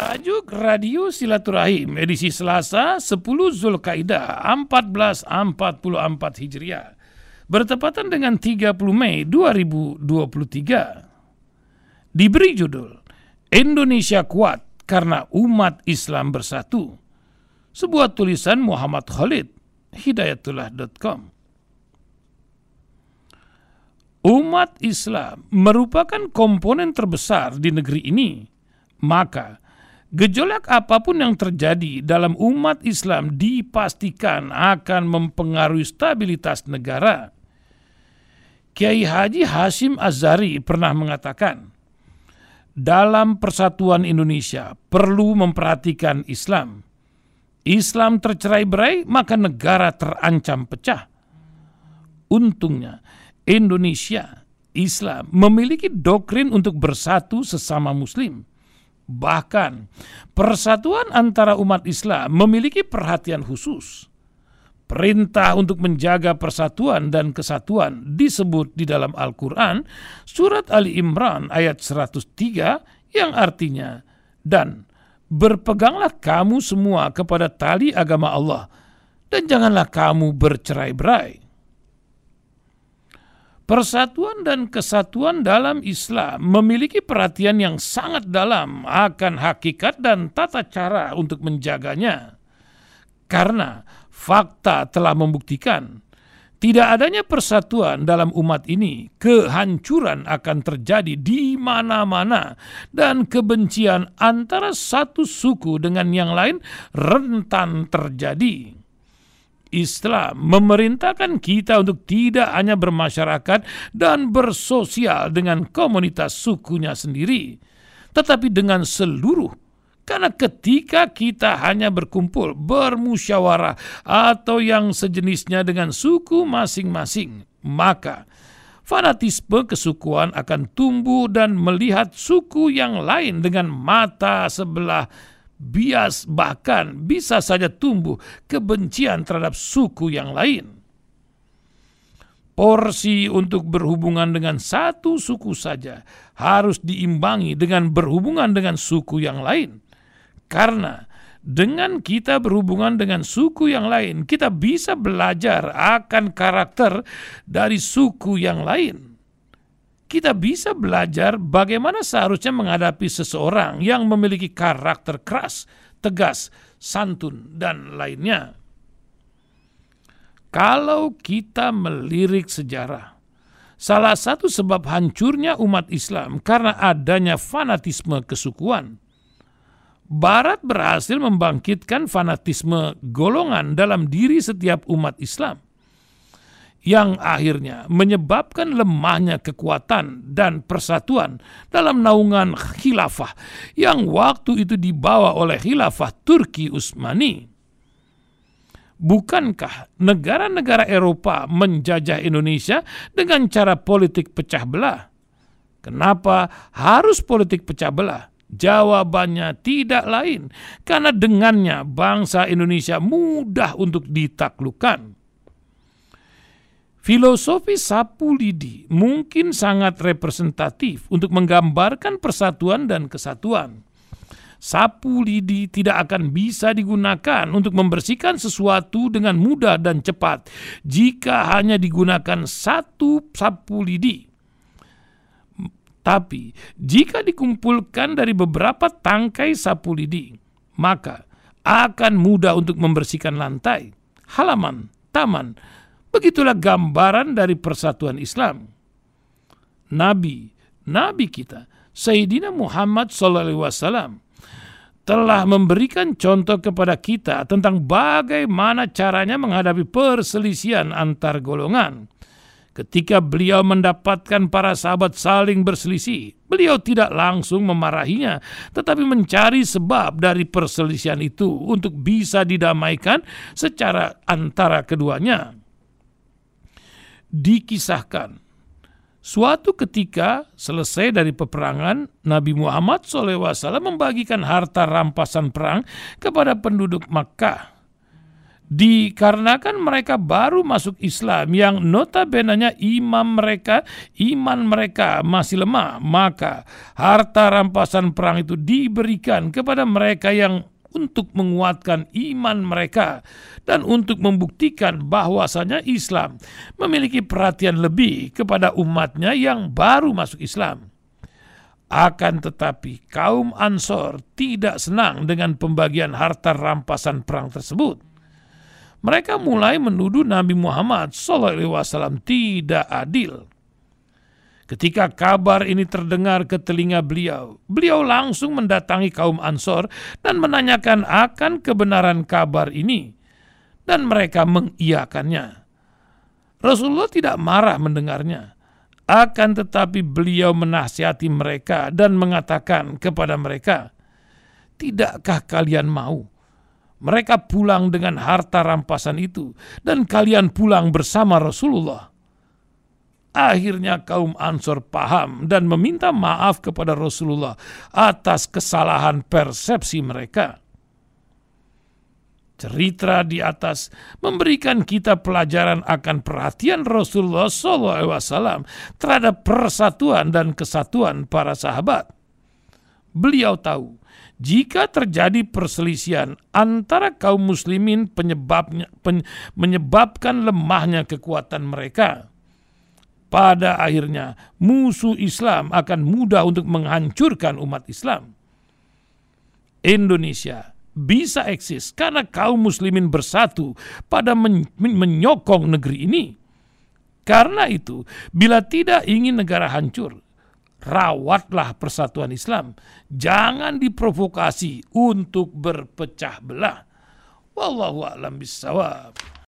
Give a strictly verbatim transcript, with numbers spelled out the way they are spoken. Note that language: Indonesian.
Tajuk Radio Silaturahim edisi Selasa sepuluh Zulkaidah seribu empat ratus empat puluh empat Hijriah bertepatan dengan tiga puluh Mei dua ribu dua puluh tiga. Diberi judul Indonesia Kuat Karena Umat Islam Bersatu. Sebuah tulisan Muhammad Khalid, hidayatullah dot com. Umat Islam merupakan komponen terbesar di negeri ini, maka gejolak apapun yang terjadi dalam umat Islam dipastikan akan mempengaruhi stabilitas negara. Kiai Haji Hashim Asy'ari pernah mengatakan, dalam persatuan Indonesia perlu memperhatikan Islam. Islam tercerai-berai, maka negara terancam pecah. Untungnya, Indonesia, Islam memiliki doktrin untuk bersatu sesama Muslim. Bahkan, persatuan antara umat Islam memiliki perhatian khusus. Perintah untuk menjaga persatuan dan kesatuan disebut di dalam Al-Quran, surat Ali Imran ayat seratus tiga yang artinya, dan berpeganglah kamu semua kepada tali agama Allah, dan janganlah kamu bercerai-berai. Persatuan dan kesatuan dalam Islam memiliki perhatian yang sangat dalam akan hakikat dan tata cara untuk menjaganya. Karena fakta telah membuktikan tidak adanya persatuan dalam umat ini, kehancuran akan terjadi di mana-mana dan kebencian antara satu suku dengan yang lain rentan terjadi. Islam memerintahkan kita untuk tidak hanya bermasyarakat dan bersosial dengan komunitas sukunya sendiri, tetapi dengan seluruh. Karena ketika kita hanya berkumpul, bermusyawarah, atau yang sejenisnya dengan suku masing-masing, maka fanatisme kesukuan akan tumbuh dan melihat suku yang lain dengan mata sebelah bias, bahkan bisa saja tumbuh kebencian terhadap suku yang lain. Porsi untuk berhubungan dengan satu suku saja harus diimbangi dengan berhubungan dengan suku yang lain. Karena dengan kita berhubungan dengan suku yang lain, kita bisa belajar akan karakter dari suku yang lain. Kita bisa belajar bagaimana seharusnya menghadapi seseorang yang memiliki karakter keras, tegas, santun, dan lainnya. Kalau kita melirik sejarah, salah satu sebab hancurnya umat Islam karena adanya fanatisme kesukuan. Barat berhasil membangkitkan fanatisme golongan dalam diri setiap umat Islam, yang akhirnya menyebabkan lemahnya kekuatan dan persatuan dalam naungan khilafah yang waktu itu dibawa oleh khilafah Turki Utsmani. Bukankah negara-negara Eropa menjajah Indonesia dengan cara politik pecah belah? Kenapa harus politik pecah belah? Jawabannya tidak lain, karena dengannya bangsa Indonesia mudah untuk ditaklukkan. Filosofi sapu lidi mungkin sangat representatif untuk menggambarkan persatuan dan kesatuan. Sapu lidi tidak akan bisa digunakan untuk membersihkan sesuatu dengan mudah dan cepat jika hanya digunakan satu sapu lidi. Tapi jika dikumpulkan dari beberapa tangkai sapu lidi, maka akan mudah untuk membersihkan lantai, halaman, taman. Begitulah gambaran dari persatuan Islam. Nabi, Nabi kita, Sayyidina Muhammad shallallahu alaihi wasallam, telah memberikan contoh kepada kita tentang bagaimana caranya menghadapi perselisihan antar golongan. Ketika beliau mendapatkan para sahabat saling berselisih, beliau tidak langsung memarahinya, tetapi mencari sebab dari perselisihan itu untuk bisa didamaikan secara antara keduanya. Dikisahkan, suatu ketika selesai dari peperangan, Nabi Muhammad shallallahu alaihi wasallam membagikan harta rampasan perang kepada penduduk Makkah. Dikarenakan mereka baru masuk Islam yang notabene imam mereka, iman mereka masih lemah, maka harta rampasan perang itu diberikan kepada mereka yang untuk menguatkan iman mereka dan untuk membuktikan bahwasanya Islam memiliki perhatian lebih kepada umatnya yang baru masuk Islam. Akan tetapi kaum Ansor tidak senang dengan pembagian harta rampasan perang tersebut. Mereka mulai menuduh Nabi Muhammad shallallahu alaihi wasallam tidak adil. Ketika kabar ini terdengar ke telinga beliau, beliau langsung mendatangi kaum Ansor dan menanyakan akan kebenaran kabar ini, dan mereka mengiyakannya. Rasulullah tidak marah mendengarnya, akan tetapi beliau menasihati mereka dan mengatakan kepada mereka, "Tidakkah kalian mau mereka pulang dengan harta rampasan itu dan kalian pulang bersama Rasulullah?" Akhirnya kaum Ansor paham dan meminta maaf kepada Rasulullah atas kesalahan persepsi mereka. Cerita di atas memberikan kita pelajaran akan perhatian Rasulullah shallallahu alaihi wasallam terhadap persatuan dan kesatuan para sahabat. Beliau tahu jika terjadi perselisihan antara kaum muslimin penyebabnya, pen, menyebabkan lemahnya kekuatan mereka, pada akhirnya musuh Islam akan mudah untuk menghancurkan umat Islam. Indonesia bisa eksis karena kaum muslimin bersatu pada men- menyokong negeri ini. Karena itu, bila tidak ingin negara hancur, rawatlah persatuan Islam. Jangan diprovokasi untuk berpecah belah. Wallahu a'lam bishawab.